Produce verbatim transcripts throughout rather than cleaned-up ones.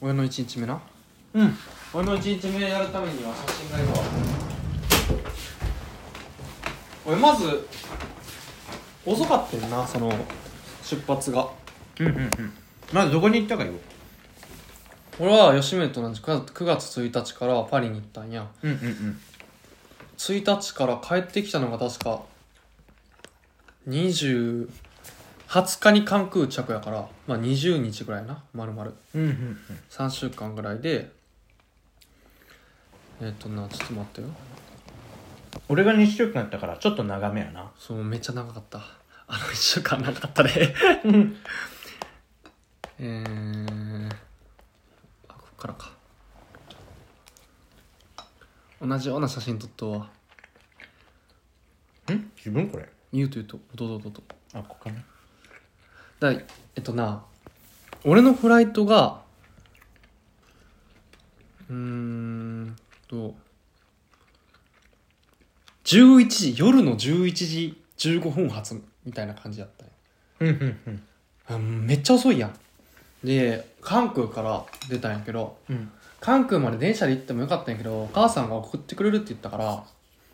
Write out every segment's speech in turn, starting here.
俺のいちにちめな。 うん。 俺のいちにちめやるためには写真がいるわ。俺まず遅かったよな、その出発が。 うんうんうん。まずどこに行ったかよ。 俺は吉宗と同じくがつついたちからパリに行ったんや。 うんうんうん。 ついたちから帰ってきたのが確かにじゅうはつかに関空着やから、まあにじゅうにちぐらいな、丸々 うんうんうん。 さんしゅうかんぐらいで、えっとなちょっと待ってよ。 俺がにしゅうかんやったからちょっと長めやな。 そうめっちゃ長かった。あのいっしゅうかん長かったねえーあこっからか。同じような写真撮っとうわ。 ん自分これ言うと言うと弟弟。 あ、ここかな。 だえっとな俺のフライトがうーんとじゅういちじ夜のじゅういちじじゅうごふん発みたいな感じだったよ。 うんうんうんあめっちゃ遅いやん。で関空から出たんやけど、 うん。 関空まで電車で行ってもよかったんやけど、お母さんが送ってくれるって言ったから、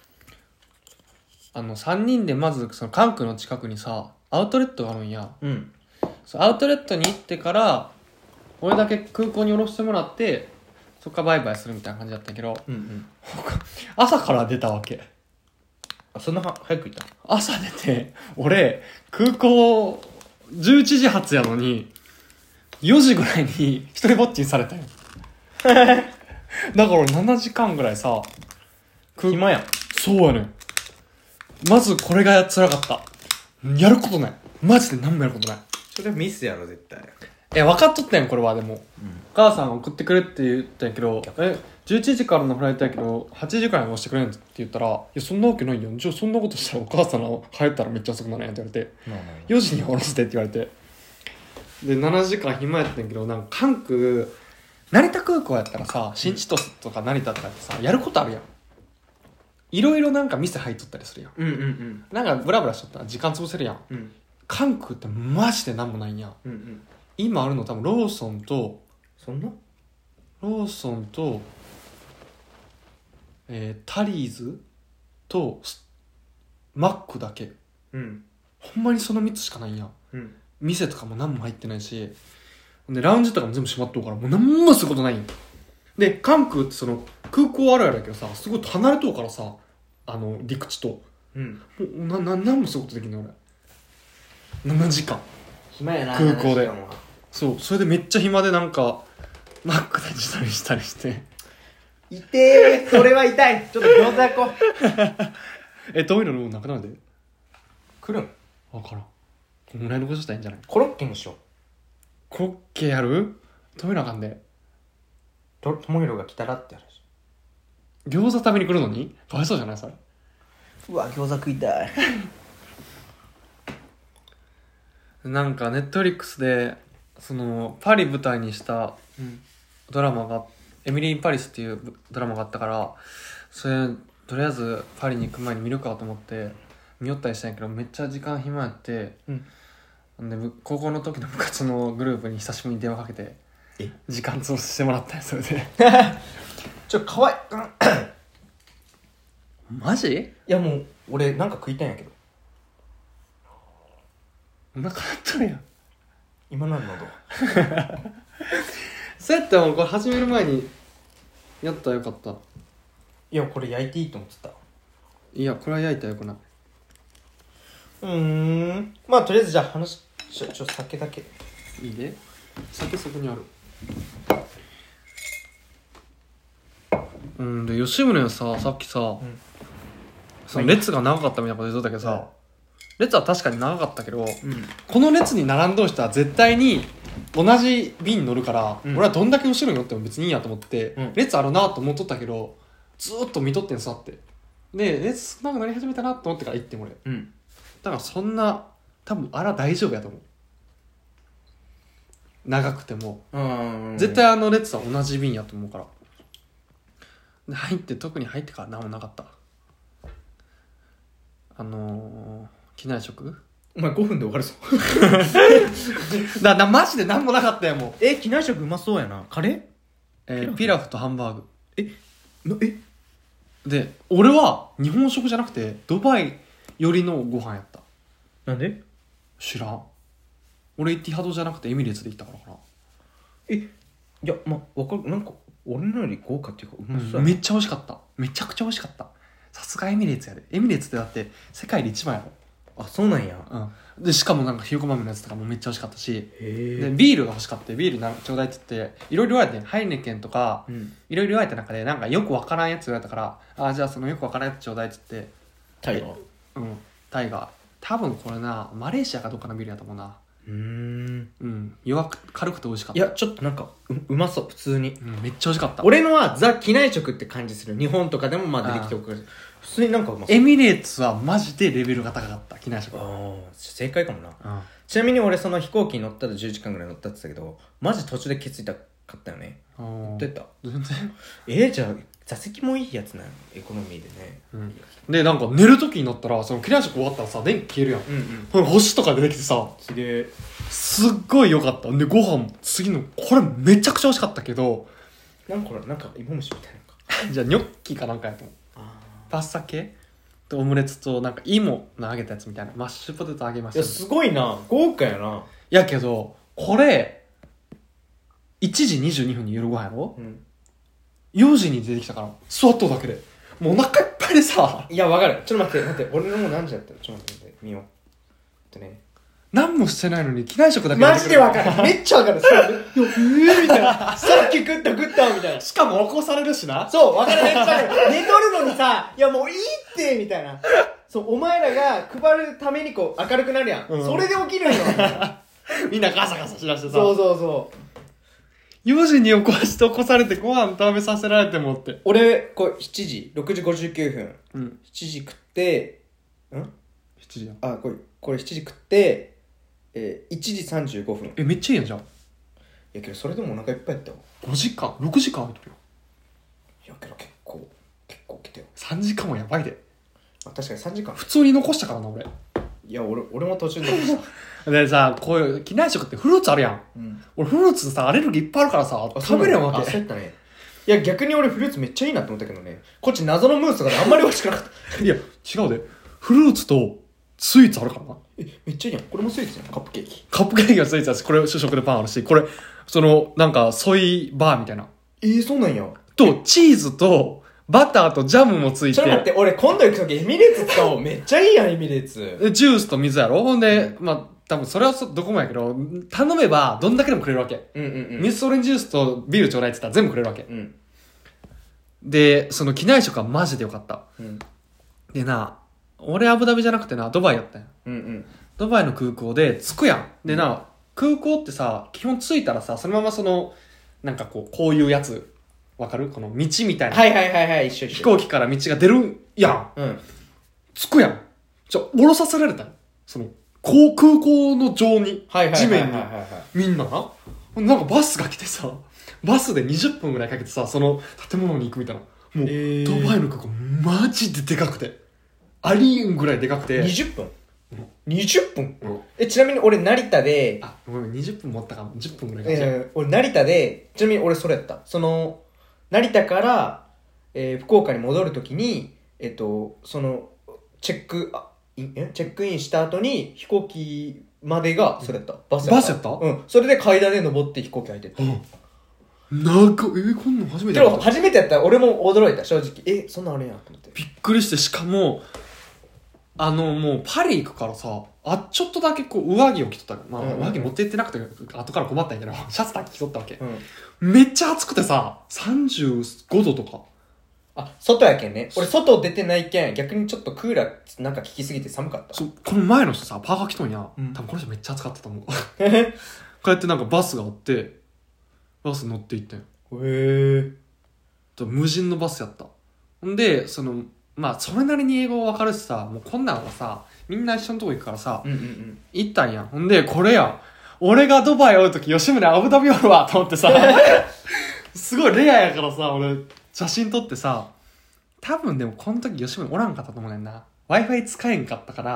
あのさんにんでまずその関空の近くにさアウトレットがあるんや。 うん。 そうアウトレットに行ってから俺だけ空港に降ろしてもらって、そっからバイバイするみたいな感じだったんやけど、 うんうん。 朝から出たわけ。 あ、そんなは早く行った。 朝出て俺空港じゅういちじ発やのによじぐらいに一人ぼっちにされたよだから俺ななじかんぐらいさ暇やん。 そうやねん。まずこれが辛かった。やることない。マジで何もやることない。 それはミスやろ絶対。 え、分かっとったやん、これは。でも、 うん。 お母さんが送ってくれって言ったんやけど、え、じゅういちじからのフライトやけど、はちじくらいに押してくれんって言ったら、いや、そんなわけないよ。じゃあそんなことしたらお母さんが帰ったらめっちゃ遅くなるやんって言われて、 まあまあ。 よじに降ろしてって言われて。で、ななじかん暇やったんやけど、なんか関空、成田空港やったらさ、新千歳とか成田とかってさ、やることあるやん。いろいろなんか店入っとったりするやん。 うんうんうんなんかブラブラしとったら時間潰せるやん。 うん関空ってマジでなんもないんや。 うんうん。 今あるの多分ローソンと、 そんな？ ローソンと、えー、タリーズとマックだけ。 うん。 ほんまにそのみっつしかないんや。 うん。 店とかも何も入ってないし、でラウンジとかも全部閉まっとうからもう何もすることないんよ。で関空ってその空港あるあるやけどさ、すごい離れとうからさ、あの陸地とうん。 もうなな何もすることできんの俺。ななじかん暇やな。 空港でななじかんは。 そう、それでめっちゃ暇でなんかマックで自撮りしたりして痛えー、それは痛い。ちょっと餃子焼こう。 え、どういうのもうなくなるで来るん？ 分からん。このぐらいのことしたらいいんじゃない？ コロッケにしよう。 コロッケやる？どういうのあかんでと、ともひろが来たらって話。 餃子食べに来るのにかわいそうじゃないそれ。 うわ、餃子食いたい。 なんかネットフリックスでそのパリ舞台にしたうん。 ドラマがエミリー・イン・パリスっていうドラマがあったから、それとりあえずパリに行く前に見るかと思って見よったりしたんやけど、めっちゃ時間暇やって、 うん。 で高校の時の部活のグループに久しぶりに電話かけてえ時間潰してもらったんや。それでちょっとかわいマジ？ いやもう俺なんか食いたいんやけど。 お腹鳴っとるやん。 今なんのどう？ そうやったらもうこれ始める前にやったらよかった。 いやこれ焼いていいと思ってた。 いやこれは焼いたらよくない。 うーん。まあとりあえずじゃあ話ちょちょ酒だけ。 いいね。酒そこにある。うんで吉宗はさ、さっきさ、 んその列が長かったみたいなこと言っとったけどさ、列は確かに長かったけど、 うん。 この列に並んどる人は絶対に同じ便乗るから、 うん俺はどんだけ後ろに乗っても別にいいやと思って、 うん列あるなと思っとったけどずーっと見とってん座って、で列少なくなり始めたなと思ってから行ってん俺。 うん。 だからそんな多分あら大丈夫やと思う。長くてもうん絶対あの列は同じ便やと思うから。で入って特に入ってから何もなかった。あのー、機内食お前ごふんで終わるぞだなマジで何もなかったよもう、 え機内食うまそうやな。カレーえー、ピラフとハンバーグなえで、俺は日本食じゃなくてドバイ寄りのご飯やった。 なんで知らん。俺エティハドじゃなくてエミレーツで行ったからかな。 えいやまわかるなんか俺のより豪華っていうかうまそうやな、 うん、めっちゃ美味しかった。めちゃくちゃ美味しかった。さすがエミレーツやで。エミレーツってだって世界で一番やろ。 あそうなんや。 うん。でしかもなんかひよこ豆のやつとかもめっちゃ美味しかったし、 へえ。 でビールが欲しかったビールなちょうだいって言っていろいろ言われて、ハイネケンとかうんいろいろ言われた中でなんかよくわからんやつ言われたから、あじゃあそのよくわからんやつちょうだいって言って、 タイガーうんタイガー多分これなマレーシアかどっかのビールやと思うな。 うーんうん弱く軽くて美味しかった。 いやちょっとなんか う, うまそう普通に。 うん、めっちゃ美味しかった。 俺のはザ機内食って感じする。日本とかでもまあ出てきておくから普通になんかうまそう。 エミレーツはマジでレベルが高かった機内食。 ああ正解かもな。 うんちなみに俺その飛行機に乗ったらじゅうじかんぐらい乗ったって言ったけどマジ途中でケツ痛かったよね。 うんどうやった全然、 えー、じゃあ座席もいいやつなのエコノミーでね。 うん、でなんか寝る時になったらその機内食終わったらさ電気消えるやん、 うんうんこの星とか出てきてさすげえ。 すっごい良かった。でご飯も次のこれめちゃくちゃ美味しかったけどなんかこれなんか芋虫みたいなのか。 じゃあニョッキかなんかやと思う。 あパスタ系とオムレツとなんか芋の揚げたやつみたいなマッシュポテト揚げましたいやすごいな豪華やな。 やけどこれいちじにじゅうにふんに夜ご飯やろ、 うんよじに出てきたから座っとるだけでもうお腹いっぱいでさいやわかる。ちょっと待って待って俺のもう何時だったの。ちょっと待って待って見ようえっとね何もしてないのに機内食だけマジでわかるる。めっちゃわかる。そう。いや、えーみたいな。さっき食った食ったみたいな。 しかも起こされるしな。 そう、わかる。めっちゃわかる。寝とるのにさ、いやもういいってみたいな。そう、お前らが配るためにこう明るくなるやん。 うんそれで起きるんよ。 みんなガサガサしだしてさそうそうそう。 よじに起こして起こされてご飯食べさせられてもって俺、こうしちじ、ろくじごじゅうきゅうふん。 うんしちじ食って、んしちじやん。 あ、これ、これしちじ食って、えー、いちじさんじゅうごふん。いえめっちゃいいやんじゃん。 やけどそれでもお腹いっぱいやったわ。 ごじかんろくじかん空いてるよ。 いやけど結構、結構来てよ。 さんじかんはやばいで。 あ、確かにさんじかん。 普通に残したからな俺。 いや、俺、俺も途中で残した。 でさこういう機内食ってフルーツあるやん。 うん。 俺フルーツさアレルギーいっぱいあるからさあ食べれんわあ、そうけ。 やったね。いや、逆に俺フルーツめっちゃいいなって思ったけどね。こっち謎のムースとかであんまり美味しくなかった。 いや違うでフルーツとスイーツあるからな。 え、めっちゃいいやん。これもスイーツやん。カップケーキ。 カップケーキがスイーツだしこれ主食でパンあるしこれそのなんかソイバーみたいなえー、そうなんや。 とチーズとバターとジャムもついてちょっと待って、俺今度行くときエミレーツ使おう。めっちゃいいやん、エミレーツ。 でジュースと水やろほんで、まあ多分それはそどこもやけど頼めばどんだけでもくれるわけ、 うんうんうん。 水オレンジジュースとビールちょうだいって言ったら全部くれるわけうん。 でその機内食はマジでよかった。 うん。 でな俺アブダビじゃなくてなドバイやったんや。 うんうん。 ドバイの空港で着くやん。でな空港ってさ基本着いたらさそのままそのなんかこうこういうやつわかるこの道みたいな、 はいはいはいはい、一緒一緒。 飛行機から道が出るやん。 うん。 着くやん。じゃ降ろさせられたんそのこう空港の上にはいはいはいはいはい。 地面にみんななほんでなんかバスが来てさバスでにじゅっぷんぐらいかけてさその建物に行くみたいなもう、 えードバイの空港マジででかくてありえんぐらいでかくてにじゅっぷん ?にじゅっぷんうんえ、ちなみに俺成田で、 あごめんにじゅっぷん持ったかもじゅっぷんぐらいかけて、 えー、俺成田で、ちなみに俺それやった。その、成田から、えー、福岡に戻るときに、えっと、その、チェック、あ、インえチェックインした後に飛行機までがそれやった。バスやった。 バスやったうん。それで階段で登って飛行機入ってった。 うんなんかえー、こんなん初めてけどやった初めてやったら俺も驚いた、正直。え、そんなんあるんやと思って。 びっくりしてしかもあのもうパリ行くからさあっちょっとだけこう上着を着とったのまあ、 うんうん上着持って行ってなくて後から困ったんやけどシャツだけ着とったわけ、 うん。 めっちゃ暑くてささんじゅうごどとかあ、外やけんね。俺外出てないけん、逆にちょっとクーラーなんか効きすぎて寒かった。 そこの前の人さパーカー着とんや、 うん多分この人めっちゃ暑かったと思うこうやってなんかバスがあってバス乗って行ってんへえ。 と無人のバスやったほんでそのまあそれなりに英語わかるしさもうこんなんはさみんな一緒のとこ行くからさ、 うんうんうん。 行ったんやんほんでこれやん俺がドバイおるとき吉村アブダビおるわと思ってさすごいレアやからさ俺写真撮ってさ多分でもこの時吉村おらんかったと思うねんな Wi-Fi 使えんかったから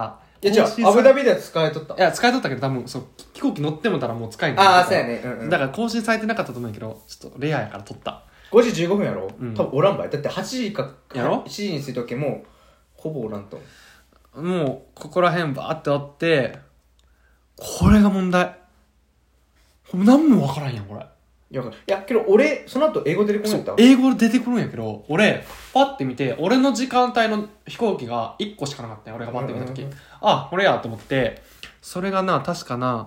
いやじゃあアブダビでは使えとった。 いや使えとったけど多分そう飛行機乗ってもたらもう使えんああそうやね、うんうん、 だから更新されてなかったと思うんやけどちょっとレアやから撮った。 ごじじゅうごふんやろ、 うん、 多分おらんばい。だってはちじかやろしちじに着いた時もうほぼおらんと思う。もうここら辺バーってあってこれが問題。何もわからんやんこれ。 いや、いやけど俺その後英語出てこないんだ。 英語出てくるんやけど俺パッて見て俺の時間帯の飛行機がいっこしかなかったんや俺がパッて見た時、うんうんうん、あこれやと思ってそれがな確かな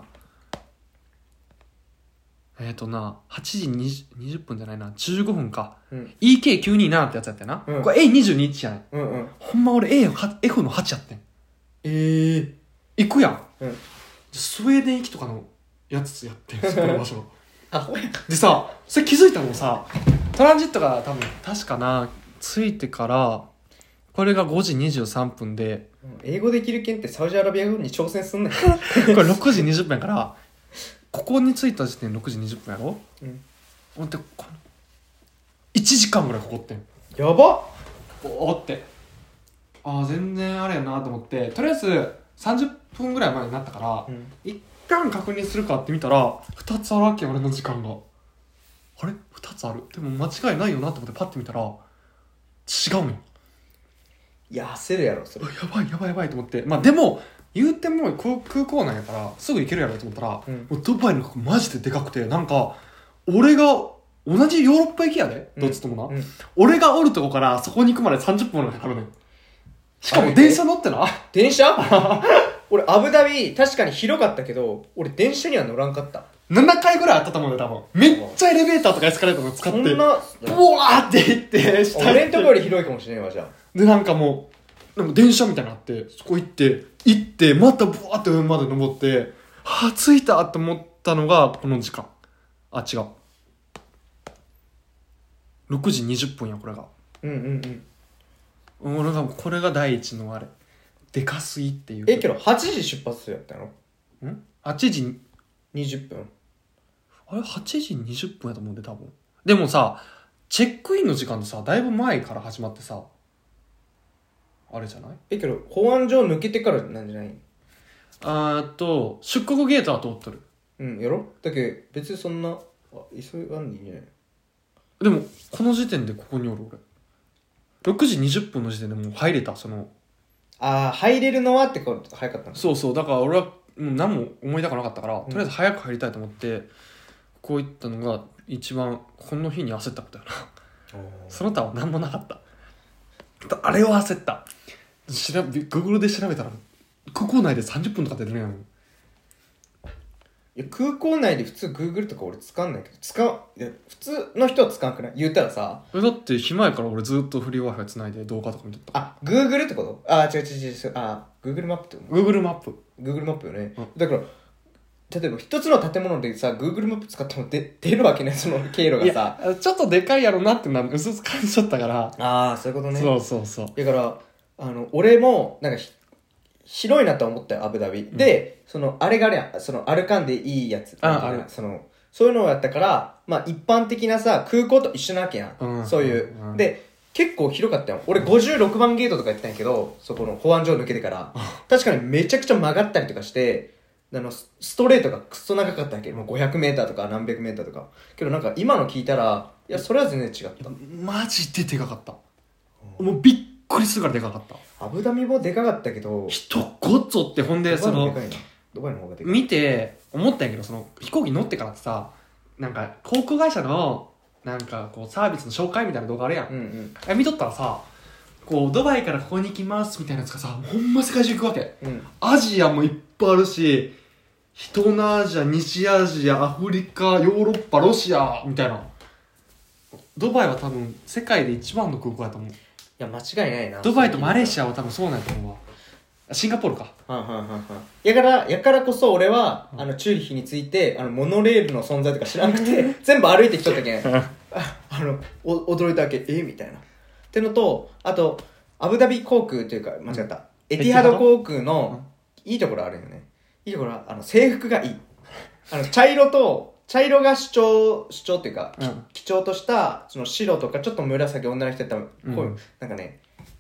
えっ、ー、となはちじにじゅっぷんじゃないなじゅうごふんか、うん、イーケーきゅうにーなな ってやつやったよな、うん、これ エーにじゅうに じゃない、うんうん、ほんま俺 エーエフ のはちやってん。 えー、 行くやん、 うん、 スウェーデン行きとかのやつやってんそこの場所でさそれ気づいたのもさトランジットが多分確かな着いてからこれがごじにじゅうさんぷんで英語できるけんってサウジアラビア軍に挑戦すんねんこれろくじにじゅっぷんやからここに着いた時点ろくじにじゅっぷんやろ、うん、ほんでこのいちじかんぐらいかかってん。 やばっおーってああ全然あれやなと思ってとりあえずさんじゅっぷんぐらい前になったから、うん、一旦確認するかって見たらふたつあるわけ俺の時間が。あれふたつあるでも間違いないよなと思ってパッて見たら違うんよ。 いや焦るやろそれ。 やばいやばいやばいと思ってまあでも言うても空港なんやからすぐ行けるやろと思ったら、うん、もうドバイの空港マジででかくてなんか俺が同じヨーロッパ行きやで、うん、どっちともな、うん、俺がおるとこからそこに行くまでさんじゅっぷんぐらいかかるねん。しかも電車乗ってな。 電車俺アブダビ確かに広かったけど俺電車には乗らんかった。 ななかいぐらいあったと思うよ多分。めっちゃエレベーターとかエスカレーターとか使ってそんなブワーって行って俺んとこより広いかもしれんわ。じゃあでなんかもうなんか電車みたいになってそこ行って行ってまたブワーって上まで登ってはぁ着いたと思ったのがこの時間。あ違うろくじにじゅっぷんやこれが。 うんうんうん俺がこれが第一のあれでかすぎっていう。 えけどはちじ出発やったのんはちじにじゅっぷんあれはちじにじゅっぷんやと思うんで多分。でもさチェックインの時間ってさだいぶ前から始まってさあれじゃない。 えけど保安所抜けてからなんじゃない。 あーっと出国ゲートは通っとる。 うんやろだけど別にそんなあ急がんでいいんじゃない。 でもこの時点でここにおる俺ろくじにじゅっぷんの時点でもう入れたそのああ入れるのはってこと早かったの。 そうそうだから俺はもう何も思いたくなかったから、うん、とりあえず早く入りたいと思ってこういったのが一番この日に焦ったことやなその他は何もなかった。あれは焦った。調べ Google で調べたら空港内でさんじゅっぷんとか出てるやん。 いや空港内で普通 Google とか俺使んないけど使ういや普通の人は使わんくない言ったらさ。 えだって暇やから俺ずっとフリー Wi-Fi つないで動画とか見とった。 あ Google ってこと。あ違う違う違う違うあ Google マップってこと。 Google マップ Google マップよね、うん、だから例えば一つの建物でさ Google マップ使っても出るわけねその経路がさ。 いやちょっとでかいやろなってのはうすうす感じちゃったから。 ああそういうことね。 そうそうそう。 だからあの俺もなんか広いなと思ったよアブダビ、うん、でそのあれがあれやその歩かんでいいやつああるそのそういうのをやったからまあ一般的なさ空港と一緒なわけやん、うん、そういう、うん、で結構広かったよ俺ごじゅうろくばんゲートとかやったんやけどそこの保安所抜けてから確かにめちゃくちゃ曲がったりとかしてあのストレートがクソ長かったわけもうごひゃくメーターとか何百メーターとかけどなんか今の聞いたらいやそれは全然違った。 マジででかかった、うん、もうびっくりするからでかかった。 アブダビもでかかったけど人ごっつってほんでそのドバイの方がでかい見て思ったんやけどその飛行機乗ってからってさなんか航空会社のなんかこうサービスの紹介みたいな動画あるやん、うんうん、見とったらさこうドバイからここに行きますみたいなやつがさほんま世界中行くわけ、うん、アジアもいっぱいあるし東南アジア西アジアアフリカヨーロッパロシアみたいな。ドバイは多分世界で一番の空港やと思う。 いや間違いないな。 ドバイとマレーシアは多分そうなんやと思うわ。シンガポールか。 はんはんはんはん。やからやからこそ俺は、うん、あのチューリヒについてあのモノレールの存在とか知らなくて全部歩いてきとったけんあ, あのお驚いたわけえみたいなってのとあとアブダビ航空というか間違った、うん、エティハド航空のいいところあるよね。いいところはあの制服がいい。あの茶色と茶色が主張主張っていうか、うん、基調としたその白とかちょっと紫女の人やったらこういう、うん、なんかね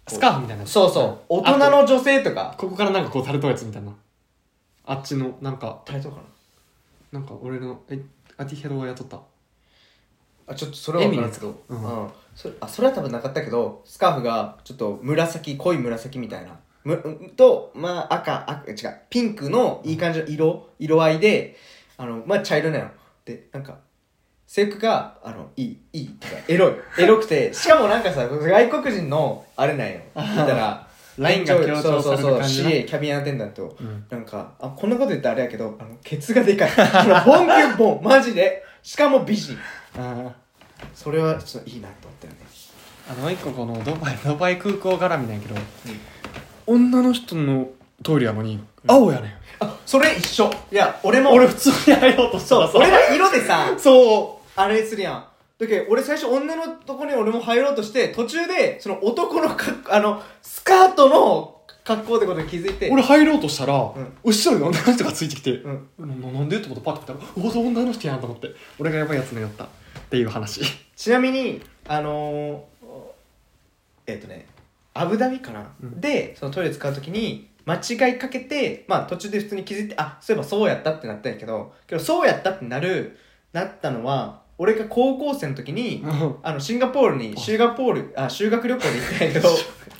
スカーフみたいな。 そうそう大人の女性とかここからなんかこう垂れたやつみたいな。あっちのなんかタイトかな、 なんか俺のえアティヘロをやっとった。 あちょっとそれは分からんけど、うんうん、それあそれは多分なかったけど、スカーフがちょっと紫濃い紫みたいなむと、まあ、赤赤違うピンクのいい感じの色色合いで、あのまあ茶色なので、なんか制服があのいいいいってかエロいエロくて、しかもなんかさ外国人のあれなんよ、見たらラインが強調される感じな。 そうそうそう シーエー キャビンアテンダント、うん、なんかあこんなこと言ったらあれやけど、あのケツがでかいボンキュッボンマジで、しかも美人。あそれはちょっといいなと思ったよね。 あの一個このドバイドバイ空港絡みなんやけど、うん、女の人のトイレやのに青やねん、 うん、あそれ一緒。いや俺も俺普通に入ろうとしたらさ、 俺が色でさそうあれするやん。だけど俺最初女のとこに俺も入ろうとして、途中でその男のかあのスカートの格好ってことに気づいて、 俺入ろうとしたら、うん、後ろに女の人がついてきて、うん、な, なんでってことパッと見たら、おお女の人やんと思って、俺がやばいやつになったっていう話。 ちなみにあのー、えっ、ー、とねアブダビかな、うん、でそのトイレ使うときに間違いかけて、まあ途中で普通に気づいて、あそういえばそうやったってなったんやけど、けどそうやったってなるなったのは俺が高校生の時に、うん、あのシンガポールに修学ポールあ修学旅行で行ったんやけど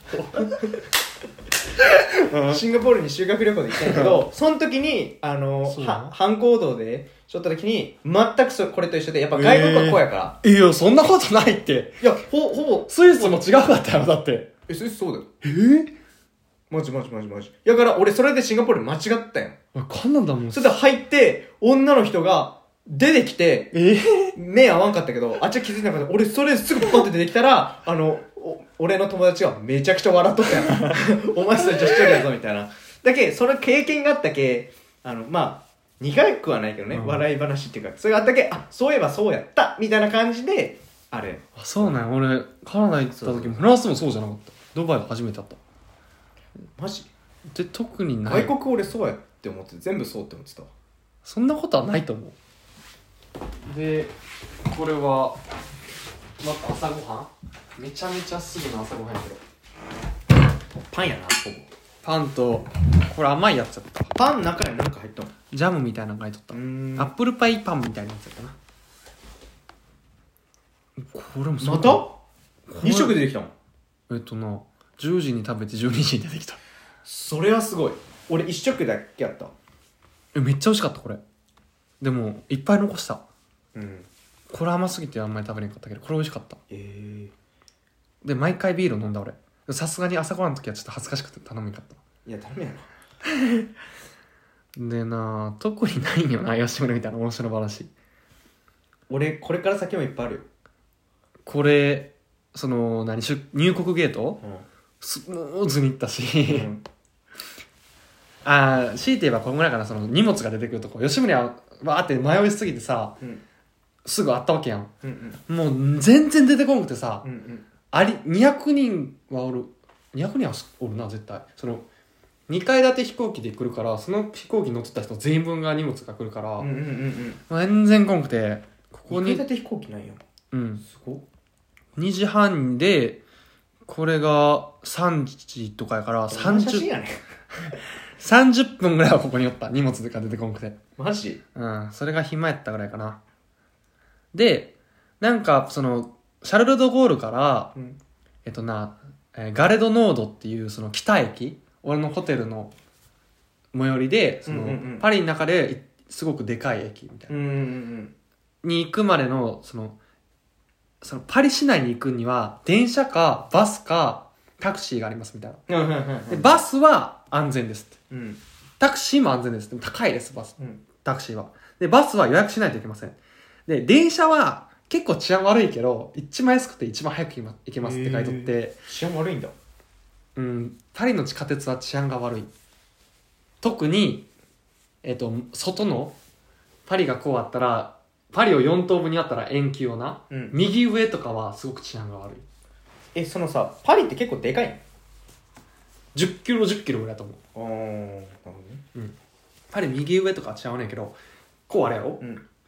シンガポールに修学旅行で行ったんやけど、その時にあのは反行動でしょった時に全くそこれと一緒で、やっぱ外国はこうやから、 えー、いやそんなことないって。 いやほほぼスイスも違うかったよだって。 えスイスそうだよ。 えー、 マジマジマジマジ。だから俺それでシンガポール間違ったよ。 カナダもそれで入って女の人が出てきて、えー、目合わんかったけど、あっちは気づいてなかった。俺それすぐポンって出てきたら、あの俺の友達がめちゃくちゃ笑っとったよお前それ女子トイレやぞみたいな。だけその経験があったけ、あのまあ苦くはないけどね、うん、笑い話っていうかそれがあったけ、あそういえばそうやったみたいな感じであれ。 あそうなんや。俺カナダ行った時もフランスもそうじゃなかった。ドバイが初めてだった。 マジで特にない。 外国俺そうやって思って全部そうって思ってた。 そんなことはないと思う。でこれはまた朝ごはん、めちゃめちゃすぐの朝ごはんやけどパンやな。ほぼパンとこれ甘いやつやった。 パンの中に何か入ったの？ ジャムみたいなのが入っとった。アップルパイパンみたいなやつやったな。これもそう。 またに食でできたの？ えっとなじゅうじに食べてじゅうにじに出てきた。 それはすごい。俺いち食だけやった。 えめっちゃ美味しかったこれ。でもいっぱい残した。 うん。 これ甘すぎてあんまり食べれんかったけどこれ美味しかった。 えー、で毎回ビール飲んだ俺。さすがに朝ごはんの時はちょっと恥ずかしくて頼めんかった。 いや頼めやろでな特にないんよな吉村みたいな面白話。 俺これから先もいっぱいあるよ。 これその何入国ゲート、うん、スムーズに行ったし、うん、ああ強いて言えばこのぐらいかな。その荷物が出てくるとこ吉村はわーって迷いすぎてさ、うん、すぐあったわけやん、うんうん、もう全然出てこんくてさ、うんうん、ありにひゃくにんはおる。にひゃくにんはおるな絶対。そのにかい建て飛行機で来るから、その飛行機乗ってた人全員分が荷物が来るから、うんうんうんうん、全然来んくて、ここににかい建て飛行機なんや。 うんすごっ。 にじはんでこれがさんじとかやからさんじゅうやねさんじゅっぷんぐらいはここにおった。荷物が出てこんくて。 マジ？ うん。それが暇やったぐらいかな。でなんかそのシャルル・ド・ゴールから、うん、えっとな、えー、ガレド・ノードっていうその北駅、俺のホテルの最寄りでその、うんうんうん、パリの中ですごくでかい駅みたいな、うんうんうん、に行くまでのそのそのパリ市内に行くには電車かバスかタクシーがありますみたいな。でバスは安全ですって、うん、タクシーも安全ですって。高いですバス、うん、タクシーは。でバスは予約しないといけません。で電車は結構治安悪いけど一番安くて一番早く行けますって書いとって。 治安悪いんだ。 うん。パリの地下鉄は治安が悪い。特にえっと外のパリがこうあったらパリをよん等分にあったら円形をな、うん、右上とかはすごく治安が悪い。 えそのさパリって結構でかいの？ じゅっキロじゅっキロぐらいだと思う。 ああなるほどね。 うん。パリ右上とかは違うねんけどこうあれやろ、うん、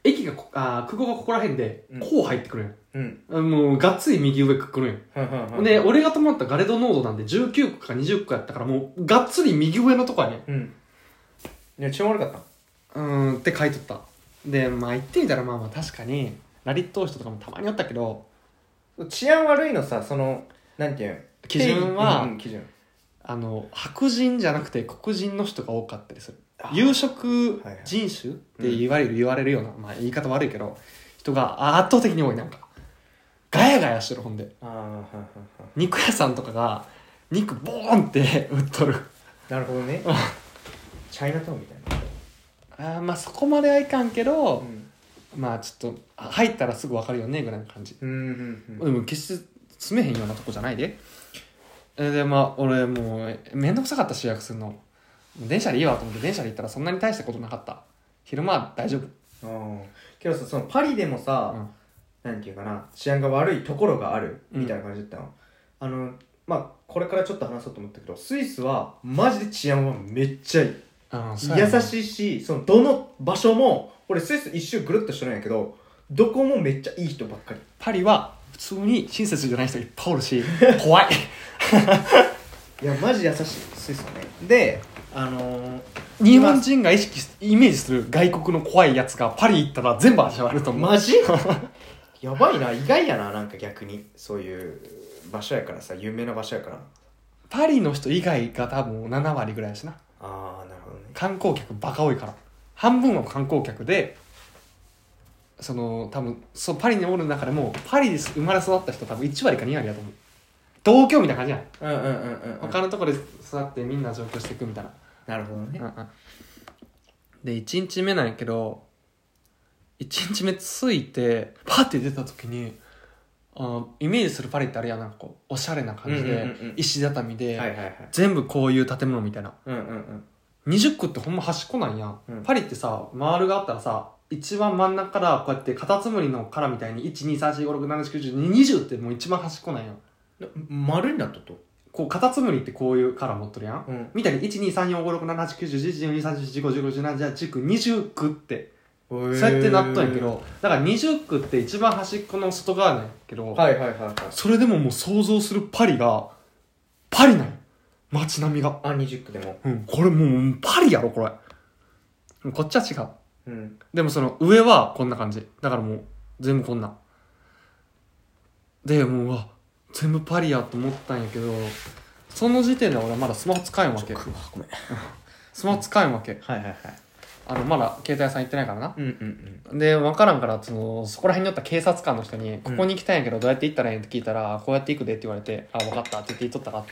駅がこあ空港がここら辺でこう入ってくるんよ、 うん、 もうがっつり右上くるんよ、 うん、 で俺が泊まったガレドノードなんでじゅうきゅうこかにじゅっこやったからもうがっつり右上のとこやねうん。いや、治安悪かったうーんって書いとった。でまあ行ってみたらまあまあ確かにラリット人とかもたまにおったけど、 治安悪いのさ、そのなんていうの基準は、 うんうん、基準あの白人じゃなくて黒人の人が多かったりする。 あ有色はいはい人種って言われる、言われるような、まあ言い方悪いけど人が圧倒的に多い。なんかガヤガヤしてる。ほんであーははは肉屋さんとかが肉ボーンって売っとる。 なるほどねチャイナタウンみたいなあーまあそこまではいかんけど、 うんまあちょっとあ入ったらすぐ分かるよねぐらいの感じ。 うんうんうんでも決して住めへんようなとこじゃないで。えでまあ俺もうめんどくさかったし予約するの。電車でいいわと思って電車で行ったらそんなに大したことなかった。昼間は大丈夫。 あーけどさ、そのパリでもさ、 うんなんていうかな、治安が悪いところがあるみたいな感じだったの、あのまあこれからちょっと話そうと思ったけど、スイスはマジで治安はめっちゃいい、 うんそうやな優しいし、そのどの場所も俺スイス一周ぐるっとしてるんやけど、どこもめっちゃいい人ばっかり。 パリは普通に親切じゃない人いっぱいおるし怖いいやマジ優しいスイスはね。であのー、 日本人が意識しイメージする外国の怖いやつがパリ行ったら全部味わえると思う。 マジやばいな、意外やな。なんか逆にそういう場所やからさ、有名な場所やから。 パリの人以外が多分ななわりぐらいやしな。 ああなるほどね。 観光客バカ多いから。半分は観光客で、その多分そうパリにおる中でもパリで生まれ育った人多分いちわりかにわりやと思う。同居みたいな感じやん。 うんうんうんうん、うん、 他のところで育ってみんな上京していくみたいな。 なるほどね、 うんうん、でいちにちめなんやけど、いちにちめ着いてパッて出た時にあイメージするパリってあれやなんかこうおしゃれな感じで、 うんうんうんうん、 石畳で、 はいはいはい、 全部こういう建物みたいな、 うんうんうん、 にじゅっこってほんま端っこなんや、 うん、パパリってさ丸があったらさ一番真ん中からこうやってカタツムリの殻みたいにいちにさんしごろくななはちきゅうじゅうにじゅうってもう一番端っこなんや。 丸になったとこうカタツムリってこういう殻持っとるやん、 うん、 みたいにいちにさんよんごろくななはちきゅうじゅうじゅういちじゅうにさんじゅうよんじゅうごじゅうごじゅうななじゅうはちじゅうきゅうにじゅう区ってそうやってなっとんやけど、だからにじゅう区って一番端っこの外側なんやけど、 はいはいはいはい、 それでももう想像するパリがパリなんや。街並みがあにじゅっ区でも、 うん、これもうパリやろこれ。こっちは違う、 うん、 でもその上はこんな感じだからもう全部こんなでもううわ全部パリやと思ったんやけど、その時点で俺はまだスマホ使えんわけ。 ごめんスマホ使えんわけ。 はいはいはい、 あのまだ携帯屋さん行ってないからな、 うんうんうん、で分からんからそのそこら辺におった警察官の人にここに行きたいんやけどどうやって行ったらいいんって聞いたら、こうやって行くでって言われて、あ分かったって言って行っとったかって。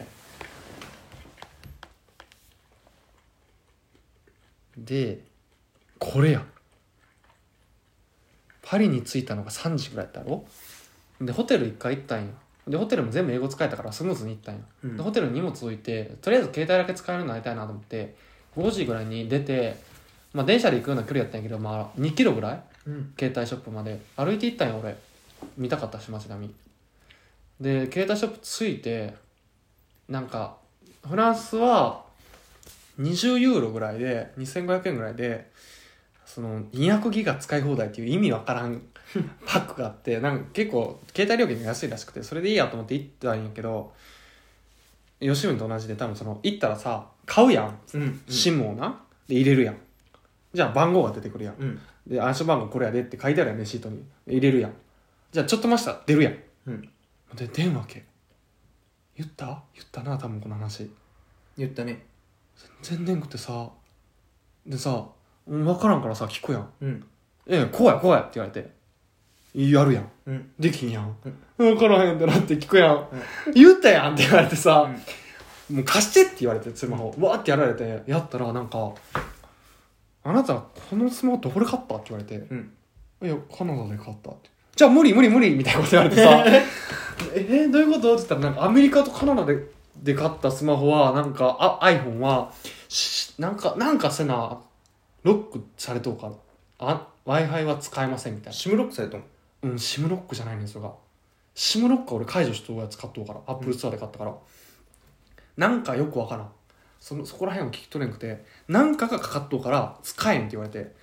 でこれや、パリに着いたのがさんじぐらいやったやろ。でホテルいっかい行ったんや。でホテルも全部英語使えたからスムーズに行ったんや、 うん、 でホテルに荷物置いてとりあえず携帯だけ使えるようになりたいなと思ってごじぐらいに出て、まあ電車で行くような距離やったんやけど、まあにキロぐらい、 うん、 携帯ショップまで歩いて行ったんや俺。見たかったし街並みで、携帯ショップ着いて、なんかフランスはにじゅうユーロぐらいでにせんごひゃくえんぐらいでそのにひゃくギガ使い放題っていう意味わからんパックがあって、なんか結構携帯料金が安いらしくて、それでいいやと思って行ったんやけど、吉文と同じで多分その行ったらさ買うやん、 うん、 SIMをなで入れるやん。じゃあ番号が出てくるやん、 うん、 で暗証番号これやでって書いてあるやんレシートに、入れるやん。じゃあちょっと待した出るやん、 うん、 で出んわけ。言った言ったな多分この話言ったね。 全然出んくてさ、でさ分からんからさ聞くやん、 うん、 ええこうやこうやって言われてやるやん、 うん、 できんやん、 う分からへんってなって聞くやん、 うん、 言ったやんって言われてさ、 うん、 もう貸してって言われてスマホ、うん、わーってやられてやったらなんかあなたこのスマホどこで買ったって言われて、 うん、 いやカナダで買ったって、じゃあ無理無理無理みたいなこと言われてさえー、どういうことって言ったら、なんかアメリカとカナダでで買ったスマホはなんかあ iPhone はなんかなんかせなロックされとうからあ Wi-Fi は使えませんみたいな。 シムロックされたの？うん、 シムロックじゃないんですよが、シムロックは俺解除しとうやつ買っとうから、アップルストアで買ったから、うん、なんかよくわからん、そのそこら辺を聞き取れんくて、なんかがかかっとうから使えんって言われて、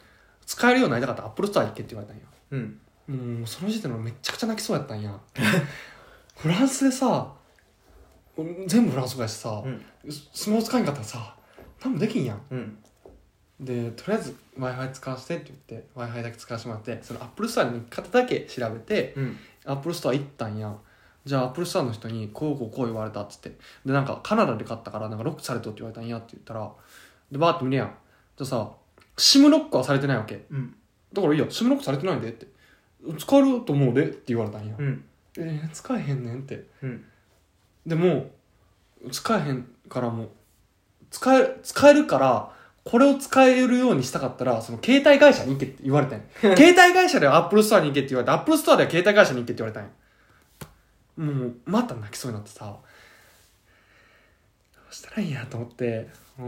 使えるようになりたかったらアップルストア行けって言われたんや。 うんもうその時点でめっちゃくちゃ泣きそうやったんやフランスでさ全部フランス語やしさ、 うん、 スマホ使えんかったらさ何もできんやん、 うん、 でとりあえず Wi-Fi 使わせてって言って Wi-Fi だけ使わせてもらってそのアップルストアに行き方だけ調べて、 うん、 アップルストア行ったんや。じゃあアップルストアの人にこうこうこう言われたっつってでなんかカナダで買ったからなんかロックされとって言われたんやって言ったらでバーって見るやん。じゃあさ SIM ロックはされてないわけ、 うん、 だからいいや SIM ロックされてないんでって使えると思うでって言われたんや、 うん、 えー、使えへんねんって、 うん、 でも使えへんからもう使え使えるからこれを使えるようにしたかったらその携帯会社に行けって言われたんや携帯会社ではアップルストアに行けって言われてアップルストアでは携帯会社に行けって言われたんや。もうまた泣きそうになってさどうしたらいいんやと思って、うん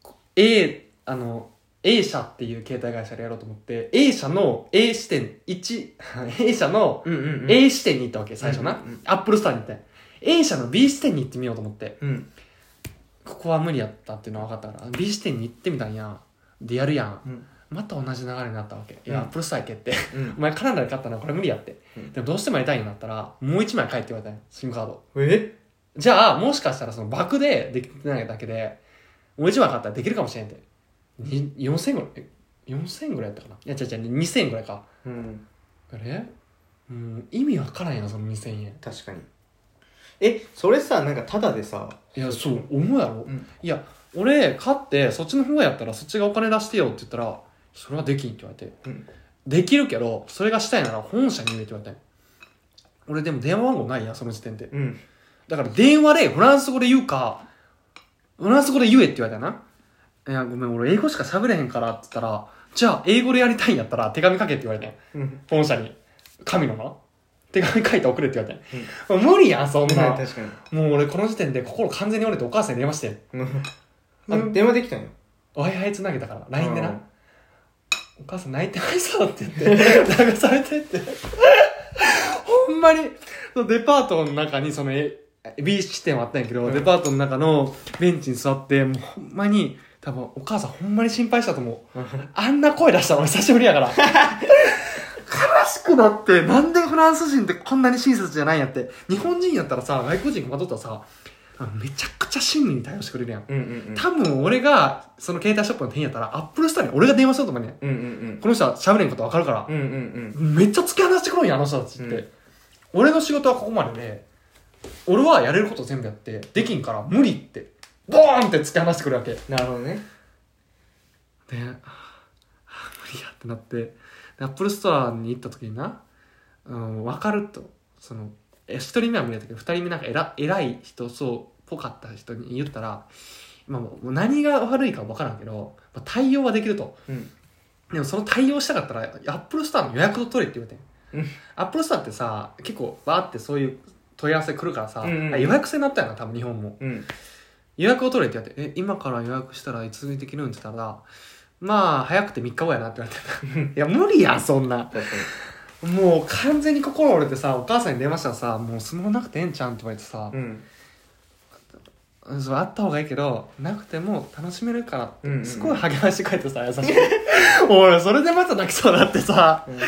、A あの A 社っていう携帯会社でやろうと思って A 社の A 支店いち A 社の A 支店に行ったわけ最初な、うんうんうん、アップルストアに行って A 社の B 支店に行ってみようと思って、うん、ここは無理やったっていうのは分かったから B 支店に行ってみたんや。でやるやん、うん、また同じ流れになったわけ。いや、うん、アップルストア行けって、うん、お前カナダで買ったのはこれ無理やって、うん、でもどうしてもやりたいんだったらもう一枚買えって言われたんや SIM カード。 えじゃあもしかしたらそのバクでできてないだけでもう一枚買ったらできるかもしれんってよんせんえんぐらいよんせんえんぐらいやったかな。いや違う違うにせんえんぐらいか、うん、あれうん、意味わからんやんそのにせんえん。 確かに。えそれさなんかタダでさいやそう思うやろ、うん、いや俺買ってそっちの方やったらそっちがお金出してよって言ったらそれはできんって言われて、うん、できるけどそれがしたいなら本社に言えって言われたん。俺でも電話番号ないやんその時点で、うん、だから電話でフランス語で言うかフランス語で言えって言われたな。いやごめん俺英語しか喋れへんからって言ったらじゃあ英語でやりたいんやったら手紙書けって言われたん、うん、本社に紙のな手紙書いて送れって言われて、うん、無理やんそんな確かに。 もう俺この時点で心完全に折れてお母さんに電話して、 うん、あ電話できたんよ Wi-Fi つなげたから ライン でな、お母さん泣いてないぞって言って流されてってほんまにデパートの中にその B 支店はあったんやけど、うん、デパートの中のベンチに座ってもうほんまに多分お母さんほんまに心配したと思うあんな声出したの久しぶりやから悲しくなってなんでフランス人ってこんなに親切じゃないんやって。日本人やったらさ外国人がまとったらさめちゃくちゃ親身に対応してくれるやん、うんうんうん、多分俺がその携帯ショップの店員やったらアップルストアに俺が電話しようと思うねん、うんうんうん、この人は喋れんこと分かるから、うんうんうん、めっちゃ突き放してくるんやあの人たちって、うん、俺の仕事はここまでで俺はやれること全部やってできんから無理ってボーンって突き放してくるわけ。 なるほどね。 で、はぁ、無理やってなってアップルストアに行った時にな、うん、分かるとそのえ一人目は無理やったけど二人目なんか偉偉い人そうぽかった人に言ったら、まあ、もう何が悪いか分からんけど、まあ、対応はできると、うん、でもその対応したかったらアップルストアの予約を取れって言われて、うん、アップルストアってさ結構バーってそういう問い合わせ来るからさ、うんうん、予約制になったよな多分日本も、うん、予約を取れって言われてえ今から予約したらいつできるんって言ったらまあ早くてみっかごやなって言われていや無理やそんな確かにもう完全に心折れてさお母さんに電話したらさもうスマホなくてええんちゃうんって言われてさ、うんそうあった方がいいけどなくても楽しめるからってすごい励ましてくれてさ優しい俺それでまた泣きそうになってさ、うん、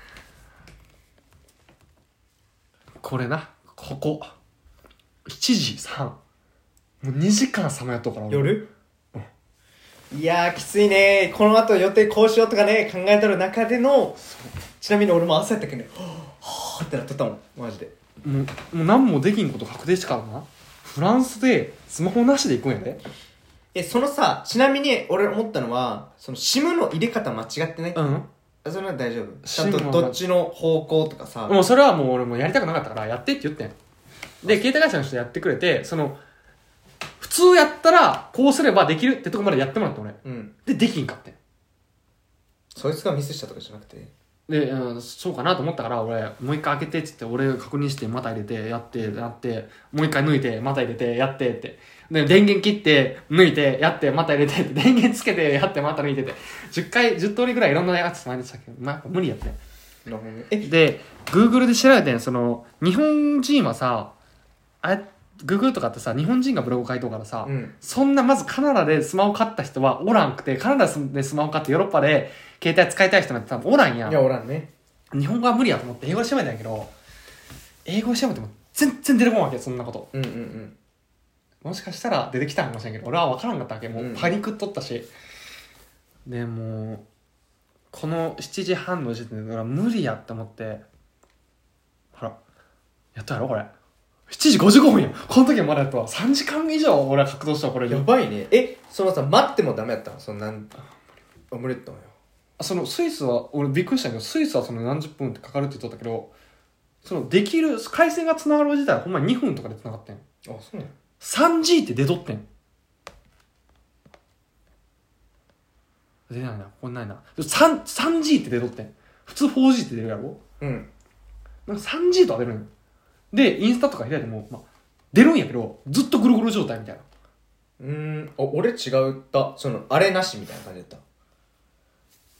これなここしちじさんもうにじかんさまよっとうから夜、うん、いやーきついね。この後予定こうしようとかね考えとる中でのちなみに俺も朝やったっけねはぁってなっとったもんマジで。 もう、もう何もできんこと確定してからなフランスでスマホなしで行くんやで。 えそのさちなみに俺思ったのはその SIM の入れ方間違ってない？うんそれは大丈夫？ちゃんとどっちの方向とかさもうそれはもう俺もやりたくなかったからやってって言ってんで携帯会社の人やってくれてその普通やったらこうすればできるってとこまでやってもらって俺、うん、でできんかってんそいつがミスしたとかじゃなくてで、うん、そうかなと思ったから俺もう一回開けてって言って俺が確認してまた入れてやってやってもう一回抜いてまた入れてやってってで電源切って抜いてやってまた入れてって電源つけてやってまた抜いててじゅっかいじゅっとおりぐらいいろんなやつ毎日したけどまあ無理やってなるほどね。で Google で調べてんその日本人はさあれググとかってさ日本人がブログ書いとうからさ、 うん、 そんなまずカナダでスマホ買った人はおらんくて、カナダでスマホ買ってヨーロッパで携帯使いたい人なんて多分おらんやん。 いやおらんね。 日本語は無理やと思って英語で調べたんやけど、英語で調べても全然出てこんわけ、そんなこと。 うんうんうん。 もしかしたら出てきたんかもしれんけど、俺は分からんかったわけ。もうパニックっとったし、うん、でもうこのしちじはんの時点で俺は無理やって思って、ほらやったやろこれしちじごじゅうごふんやん。この時はまだやったわ。さんじかん以上俺は格闘したわこれ。 やばいね。え、そのさ待ってもダメやったの？そのなんあ無理やったのよ。 そのスイスは俺びっくりしたんやけど、スイスはその何十分ってかかるって言っとったけど、そのできる回線がつながる自体はほんまににふんとかでつながってん。あ、 そうなの？ スリージー って出とってん。出ないな、ここにないな。スリージー って出とってん。普通 フォージー って出るやろ。 うん。 なんか スリージー とか出るんよ。でインスタとか開いても、まあ、出るんやけどずっとぐるぐる状態みたいな。 うーん、お俺違ったそのあれなしみたいな感じだった。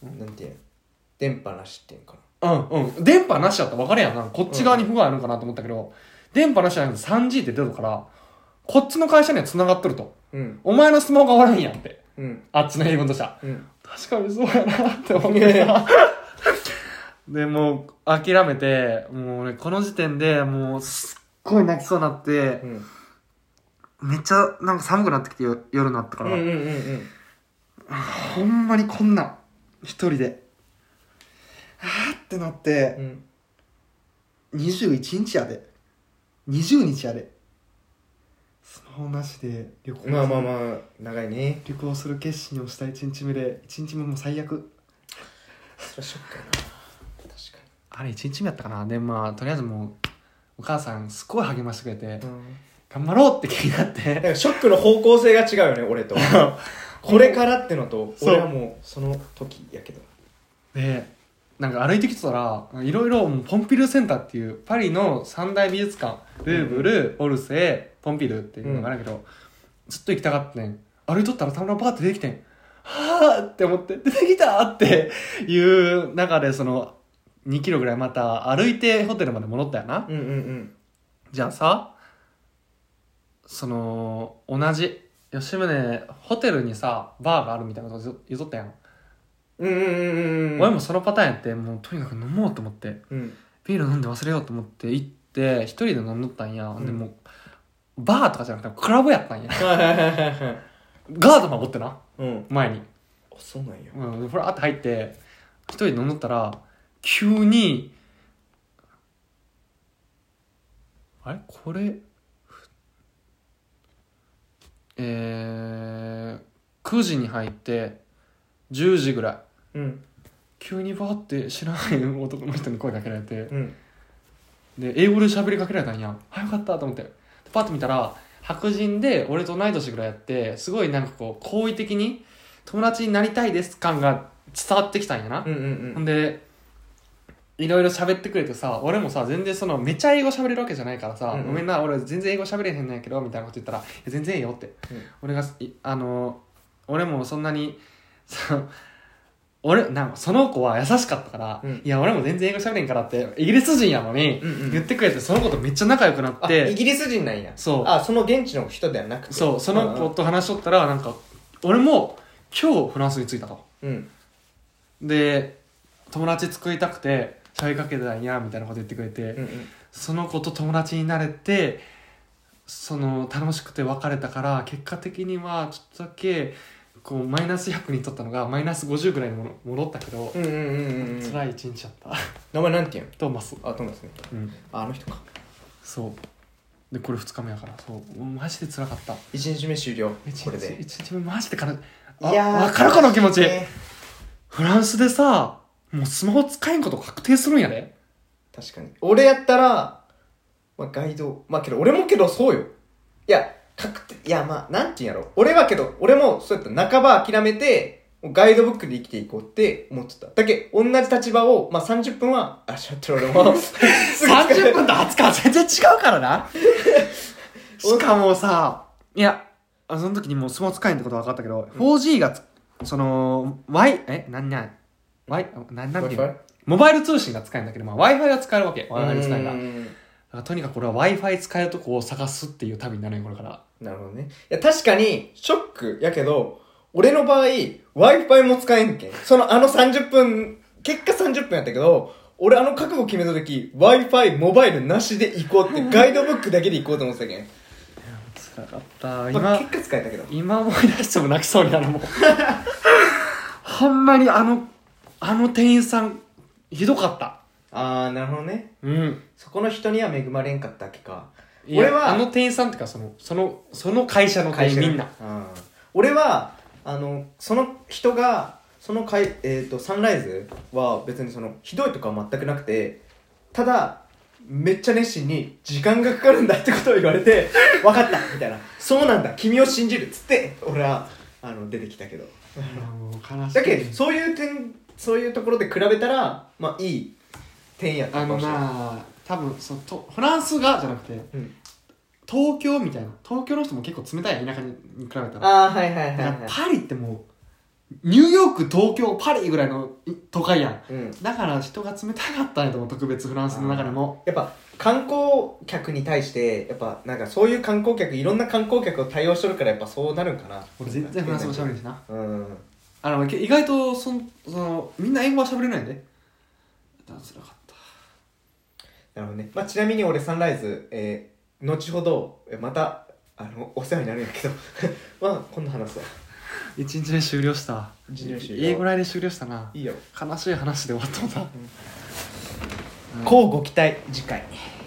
んなんていうの、電波なしっていうんかな。うんうん。電波なしだったら分かるやんな。こっち側に不具合あるのかなと思ったけど、うん、電波なしじゃなくて スリージー って出るから、こっちの会社には繋がっとると。 うん。 お前のスマホが悪いんやんって。 うん。 あっちの英文としたら。 うん。 確かにそうやなって思ってさ。で、もう諦めて、もうね、この時点でもうすっごい泣きそうになって、うん、めっちゃなんか寒くなってきて夜になったから、 うんうんうんうん、 ほんまにこんな一人であーってなって、うん、にじゅういちにちやでにじゅうにちやでスマホなしで旅行する。 まあまあまあ長いね。 旅行する決心をしたいちにちめでいちにちめもう最悪。 それショックやな。確かにあれいちにちめやったかな。でまあとりあえずもうお母さんすごい励ましてくれて、うん、頑張ろうって気になって。 だからショックの方向性が違うよね俺と。これからってのと俺はもうその時やけど。 でなんか歩いてきてたらいろいろポンピルセンターっていうパリの三大美術館、ルーブル、うん、オルセー、ポンピルっていうのがあるけど、うん、ずっと行きたかったねん。歩いとったらたまたまバーって出てきてん。はぁって思って出てきたっていう中でそのにキロぐらいまた歩いてホテルまで戻ったよな。 うんうんうん。 じゃあさ、その同じ吉宗ホテルにさバーがあるみたいなこと言うとったやん。 うんうんうんうん。 俺もそのパターンやって、もうとにかく飲もうと思って、 うん、 ビール飲んで忘れようと思って行って一人で飲んどったんや。うん、でもバーとかじゃなくてクラブやったんや。ガード守ってな、うん、前に。 あ、そうなんや。 うん、ふらーって入って一人で飲んどったら急にあれこれえー、くじに入ってじゅうじぐらい、うん、急にバーって知らない男の人に声かけられて、うん、で英語で喋りかけられたんや。あ、よかったと思ってパッと見たら白人で俺と同い年ぐらいやって、すごいなんかこう好意的に友達になりたいです感が伝わってきたんやな。うんうんうん、ほんでいろいろ喋ってくれてさ、俺もさ全然そのめちゃ英語喋れるわけじゃないからさ、うんうん、ごめんな俺全然英語喋れへんのやけどみたいなこと言ったら、いや全然ええよって、うん、俺があの俺もそんなにその俺なんかその子は優しかったから、うん、いや俺も全然英語喋れんからってイギリス人やのに言ってくれて、その子とめっちゃ仲良くなって。 あ、イギリス人なんや。 そう、 あ、その現地の人ではなくて、 そうその子と話しとったらなんか俺も今日フランスに着いたと、うん、で友達作りたくて喋りかけてたんやみたいなこと言ってくれて、うんうん、その子と友達になれてその楽しくて別れたから、結果的にはちょっとだけこうマイナスひゃくにとったのがマイナスごじゅうぐらいに戻ったけど、うんうんうんうん、辛い一日だった。 名前なんて言うの？ トーマス。 あ、トーマスね、うん、あ、あの人か。そうでこれふつかめやから、そうマジで辛かった。 いちにちめ終了。これでいちにちめマジでから、いやー分かるこの気持ち、ね、フランスでさもうスマホ使えんこと確定するんやで。 確かに俺やったら、まあ、ガイド、まあけど俺もけどそうよ。いや確定、いやまあなんて言うんやろ、俺はけど俺もそうやった半ば諦めてガイドブックで生きていこうって思ってた。だけ同じ立場を、まあ、さんじゅっぷんはあしゃってる俺もさんじゅっぷんとはつかは全然違うからな。しかもさ、いやその時にもうスマホ使えんってことは分かったけど、うん、フォージー がその Y えなんなん Y なんなんていうのモバイル通信が使えるんだけど、まあ、Wi-Fi が使えるわけ。Wi-Fi で使えるがからとにかくこれは Wi-Fi 使えるとこを探すっていう旅になるよこれから。 なるほどね。いや、確かに、ショックやけど、俺の場合、Wi-Fi も使えんけん。その、あのさんじゅっぷん、結果さんじゅっぷんやったけど、俺あの覚悟決めた時、Wi-Fi、モバイルなしで行こうって、ガイドブックだけで行こうと思ってたけん。 辛かった今、 今、 まあ、結果使えたけど。 今思い出しても泣きそうになるもんほんまにあのあの店員さんひどかった。 あー、なるほどね。 うん。 そこの人には恵まれんかったわけか。 俺はあの店員さんってかそのそのその会社の店員みんな、 うん、俺はあのその人がそのかい、えー、とサンライズは別にそのひどいとかは全くなくて、ただめっちゃ熱心に時間がかかるんだってことを言われて分かったみたいな、そうなんだ君を信じるっつって俺はあの出てきたけどもう悲しい。 だけどそういう点そういうところで比べたらまあいい点やったあのかもしれない。 な多分そのとフランスがじゃなくて、うん、東京みたいな東京の人も結構冷たい田舎に比べたら、 ああはいはいはい、はい、 パリってもうニューヨーク東京パリぐらいの都会やん、うん、だから人が冷たかったんやと思う。特別フランスの中でもやっぱ観光客に対してやっぱなんかそういう観光客いろんな観光客を対応しとるからやっぱそうなるんかな。 俺全然フランス語喋れんしな、 うん、 あの意外とそのそのみんな英語は喋れないんでだから辛かった。 なるほどね。まあ、ちなみに俺サンライズ、えー、後ほどまたあのお世話になるんやけどまあこんな話は一日目終了した。 一日目終了。 英語来で終了したな。 いいよ。 悲しい話で終わったんだ。 乞うご期待次回。